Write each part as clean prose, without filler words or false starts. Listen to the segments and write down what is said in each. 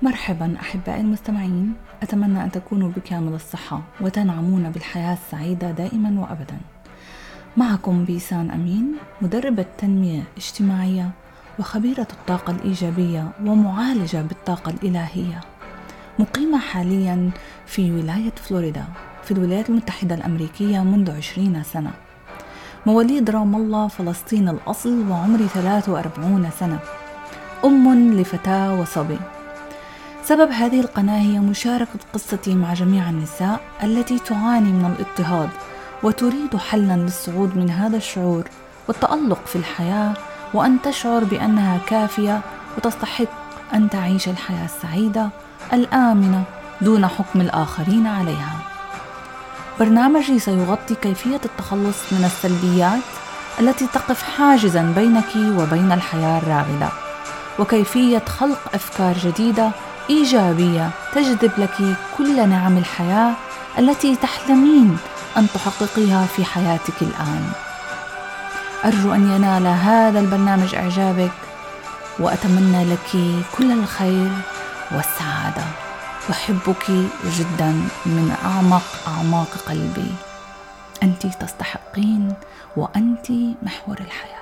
مرحبا أحبائي المستمعين، أتمنى أن تكونوا بكامل الصحة وتنعمون بالحياة السعيدة دائما وأبدا. معكم بيسان أمين، مدربة تنمية اجتماعية وخبيرة الطاقة الإيجابية ومعالجة بالطاقة الإلهية، مقيمة حاليا في ولاية فلوريدا في الولايات المتحدة الأمريكية منذ 20 سنة. مواليد رام الله فلسطين الأصل، وعمري 43 سنة، أم لفتاة وصبي. سبب هذه القناة هي مشاركة قصتي مع جميع النساء التي تعاني من الاضطهاد وتريد حلا للصعود من هذا الشعور والتألق في الحياة، وأن تشعر بأنها كافية وتستحق أن تعيش الحياة السعيدة الآمنة دون حكم الآخرين عليها. برنامجي سيغطي كيفية التخلص من السلبيات التي تقف حاجزا بينك وبين الحياة الراغدة، وكيفية خلق أفكار جديدة إيجابية تجذب لك كل نعم الحياة التي تحلمين أن تحققيها في حياتك الآن. أرجو أن ينال هذا البرنامج إعجابك، وأتمنى لك كل الخير والسعادة. أحبك جدا من أعمق أعماق قلبي. أنت تستحقين، وأنت محور الحياة.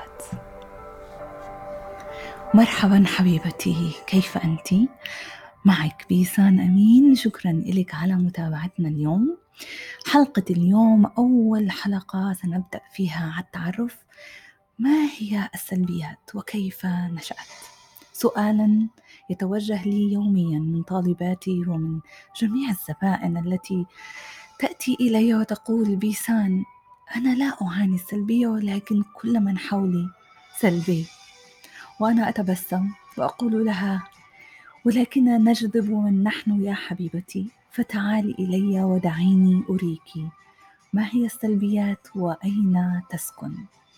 مرحبا حبيبتي، كيف أنت؟ معك بيسان أمين. شكرا لك على متابعتنا اليوم. حلقة اليوم أول حلقة سنبدأ فيها على التعرف. ما هي السلبيات وكيف نشأت؟ سؤالا يتوجه لي يوميا من طالباتي ومن جميع الزبائن التي تأتي إلي وتقول: بيسان، أنا لا أعاني السلبية، ولكن كل من حولي سلبي. وأنا أتبسم وأقول لها: ولكننا نجذب من نحن يا حبيبتي، فتعالي إلي ودعيني أريك ما هي السلبيات وأين تسكن.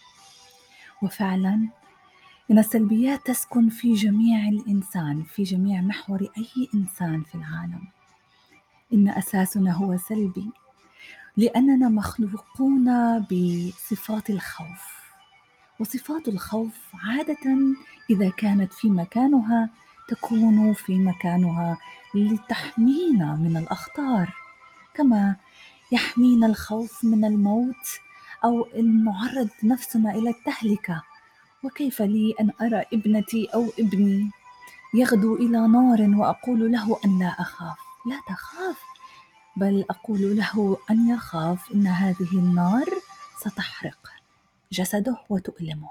وفعلا إن السلبيات تسكن في جميع الإنسان، في جميع محور أي إنسان في العالم. إن أساسنا هو سلبي، لأننا مخلوقون بصفات الخوف، وصفات الخوف عادة إذا كانت في مكانها تكون في مكانها لتحمينا من الأخطار، كما يحمينا الخوف من الموت أو أن نعرض نفسنا إلى التهلكة. وكيف لي أن أرى ابنتي أو ابني يغدو إلى نار وأقول له أن لا أخاف؟ لا تخاف، بل أقول له أن يخاف، إن هذه النار ستحرق جسده وتؤلمه.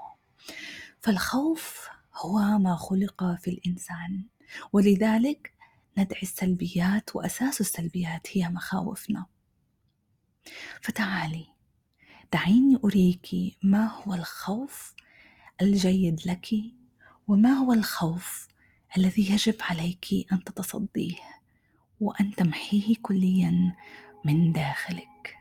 فالخوف هو ما خلق في الإنسان، ولذلك ندعي السلبيات، وأساس السلبيات هي مخاوفنا. فتعالي دعيني أريك ما هو الخوف الجيد لك، وما هو الخوف الذي يجب عليك أن تتصديه وأن تمحيه كليا من داخلك.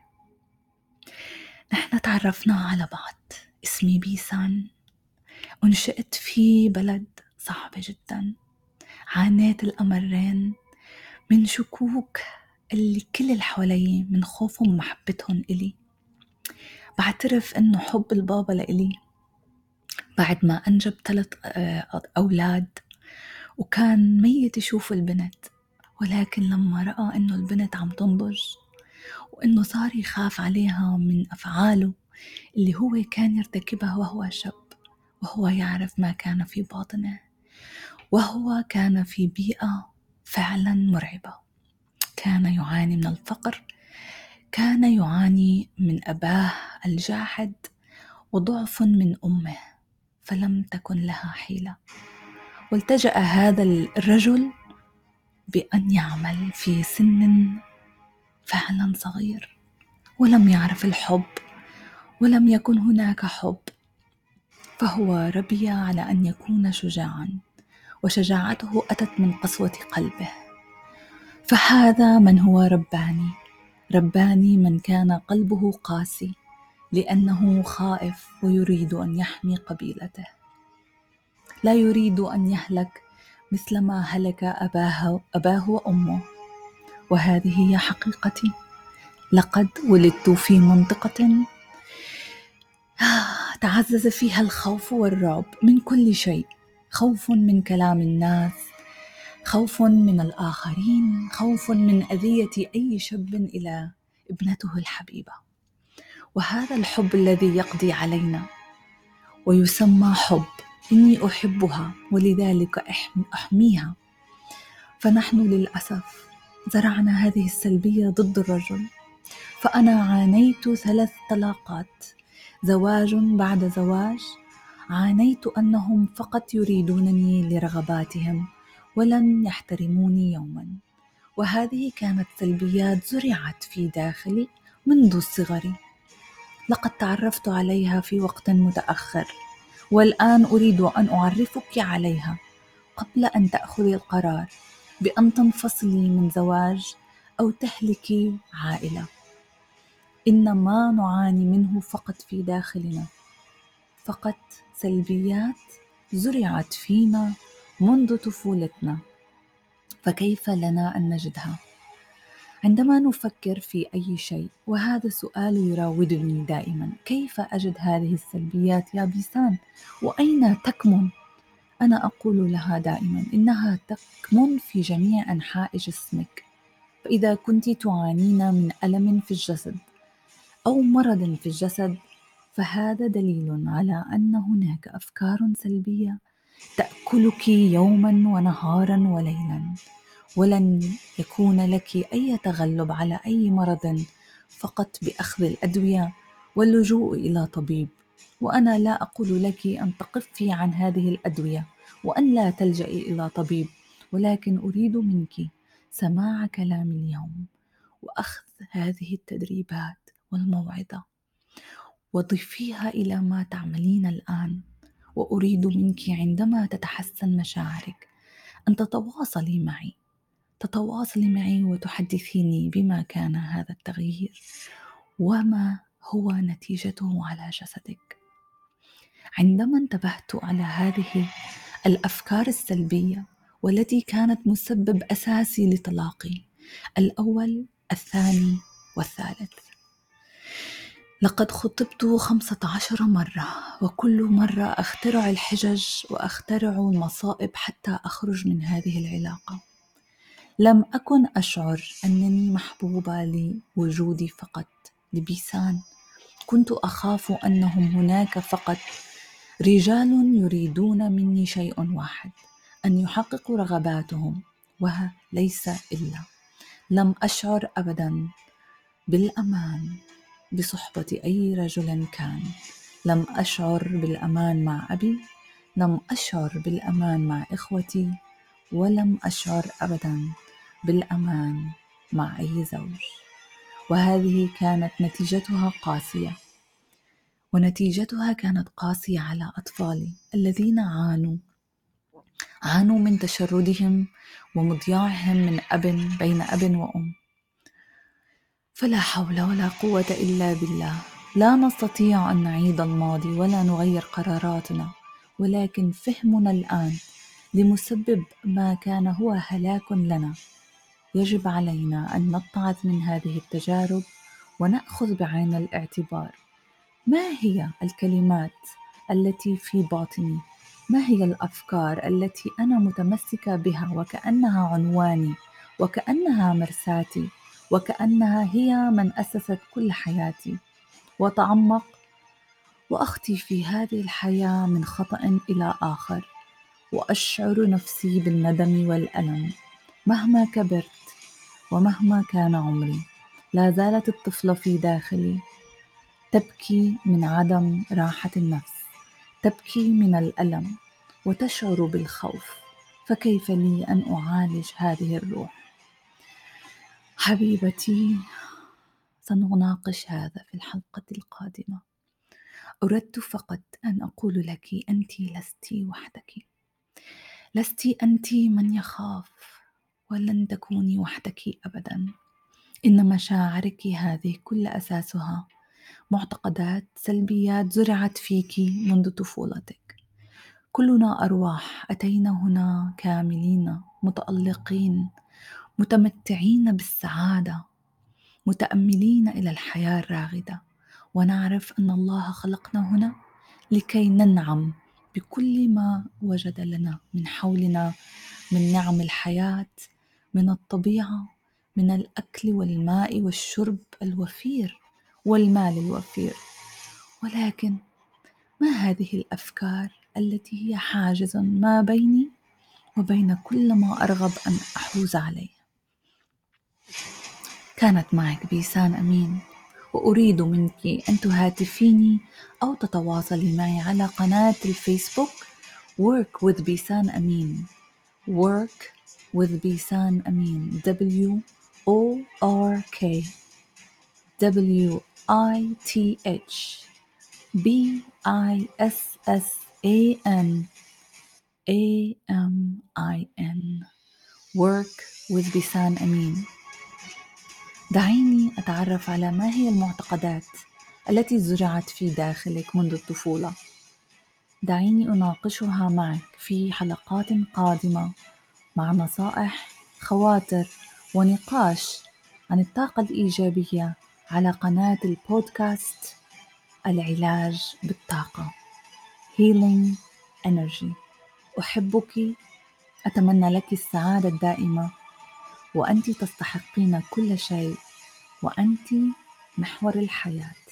نحن تعرفنا على بعض. اسمي بيسان، أنشأت في بلد صعب جدا، عانيت الأمرين من شكوك اللي كل اللي حوالي من خوفهم ومحبتهم إلي. بعترف أنه حب البابا لإلي بعد ما أنجب 3 أولاد، وكان ميت يشوف البنت، ولكن لما رأى أنه البنت عم تنضج وأنه صار يخاف عليها من أفعاله اللي هو كان يرتكبها وهو شاب، وهو يعرف ما كان في باطنه، وهو كان في بيئة فعلا مرعبة. كان يعاني من الفقر، كان يعاني من أباه الجاحد، وضعف من أمه، فلم تكن لها حيلة. والتجأ هذا الرجل بأن يعمل في سن فعلا صغير، ولم يعرف الحب، ولم يكن هناك حب، فهو ربي على أن يكون شجاعا، وشجاعته أتت من قسوة قلبه. فهذا من هو رباني من كان قلبه قاسي، لأنه خائف ويريد أن يحمي قبيلته، لا يريد أن يهلك مثلما هلك أباه وأمه. وهذه هي حقيقتي. لقد ولدت في منطقة تعزز فيها الخوف والرعب من كل شيء. خوف من كلام الناس، خوف من الآخرين، خوف من أذية أي شاب إلى ابنته الحبيبة. وهذا الحب الذي يقضي علينا ويسمى حب، إني أحبها ولذلك أحميها. فنحن للأسف زرعنا هذه السلبية ضد الرجل. فأنا عانيت 3 طلاقات، زواج بعد زواج. عانيت أنهم فقط يريدونني لرغباتهم ولن يحترموني يوما. وهذه كانت سلبيات زرعت في داخلي منذ الصغر. لقد تعرفت عليها في وقت متأخر، والآن أريد أن أعرفك عليها قبل أن تأخذي القرار بأن تنفصلي من زواج أو تهلكي عائلة. إن ما نعاني منه فقط في داخلنا، فقط سلبيات زرعت فينا منذ طفولتنا، فكيف لنا أن نجدها؟ عندما نفكر في أي شيء، وهذا سؤال يراودني دائما، كيف أجد هذه السلبيات يا بيسان؟ وأين تكمن؟ أنا أقول لها دائما إنها تكمن في جميع أنحاء جسمك. فإذا كنت تعانين من ألم في الجسد أو مرض في الجسد، فهذا دليل على أن هناك أفكار سلبية تأكلك يوما ونهارا وليلا، ولن يكون لك أي تغلب على أي مرض فقط بأخذ الأدوية واللجوء إلى طبيب. وأنا لا أقول لك أن تقفي عن هذه الأدوية وأن لا تلجئي إلى طبيب، ولكن أريد منك سماع كلامي اليوم وأخذ هذه التدريبات والموعظة وضيفيها إلى ما تعملين الآن. وأريد منك عندما تتحسن مشاعرك أن تتواصلي معي وتحدثيني بما كان هذا التغيير وما هو نتيجته على جسدك. عندما انتبهت على هذه الأفكار السلبية والتي كانت مسبب أساسي لطلاقي الأول، الثاني والثالث، لقد خطبت 15 مرة، وكل مرة أخترع الحجج وأخترع المصائب حتى أخرج من هذه العلاقة. لم أكن أشعر أنني محبوبة لوجودي فقط لبيسان. كنت أخاف أنهم هناك فقط رجال يريدون مني شيء واحد، أن يحققوا رغباتهم، وليس إلا. لم أشعر أبدا بالأمان بصحبة أي رجل كان. لم أشعر بالأمان مع أبي، لم أشعر بالأمان مع إخوتي، ولم أشعر أبدا بالأمان مع أي زوج. وهذه كانت نتيجتها قاسية، ونتيجتها كانت قاسية على أطفالي الذين عانوا من تشردهم ومضياعهم من بين أب وأم. فلا حول ولا قوة إلا بالله. لا نستطيع أن نعيد الماضي ولا نغير قراراتنا، ولكن فهمنا الآن لمسبب ما كان هو هلاك لنا. يجب علينا أن نتعظ من هذه التجارب ونأخذ بعين الاعتبار ما هي الكلمات التي في باطني، ما هي الأفكار التي أنا متمسكة بها وكأنها عنواني وكأنها مرساتي وكأنها هي من أسست كل حياتي. وأتعمق وأخطي في هذه الحياة من خطأ إلى آخر، وأشعر نفسي بالندم والألم. مهما كبرت ومهما كان عمري، لا زالت الطفلة في داخلي تبكي من عدم راحة النفس، تبكي من الألم وتشعر بالخوف. فكيف لي أن أعالج هذه الروح؟ حبيبتي، سنناقش هذا في الحلقة القادمة. أردت فقط أن أقول لك أنت لست وحدك، لست أنت من يخاف، ولن تكوني وحدك أبدا. إن مشاعرك هذه كل أساسها معتقدات سلبيات زرعت فيك منذ طفولتك. كلنا أرواح أتينا هنا كاملين متألقين متمتعين بالسعادة، متأملين إلى الحياة الراغدة، ونعرف أن الله خلقنا هنا لكي ننعم بكل ما وجد لنا من حولنا من نعم الحياة، من الطبيعة، من الأكل والماء والشرب الوفير والمال الوفير. ولكن ما هذه الأفكار التي هي حاجز ما بيني وبين كل ما أرغب أن أحوز عليه؟ كانت معك بيسان أمين، وأريد منك أن تهاتفيني أو تتواصلي معي على قناة الفيسبوك Work with بيسان أمين. Work with بيسان أمين WORK WITHBISSANAMIN. Work with بيسان أمين. دعيني أتعرف على ما هي المعتقدات التي زرعت في داخلك منذ الطفولة. دعيني أناقشها معك في حلقات قادمة مع نصائح، خواطر ونقاش عن الطاقة الإيجابية على قناة البودكاست العلاج بالطاقة Healing Energy. أحبك، أتمنى لك السعادة الدائمة، وأنت تستحقين كل شيء، وأنت محور الحياة.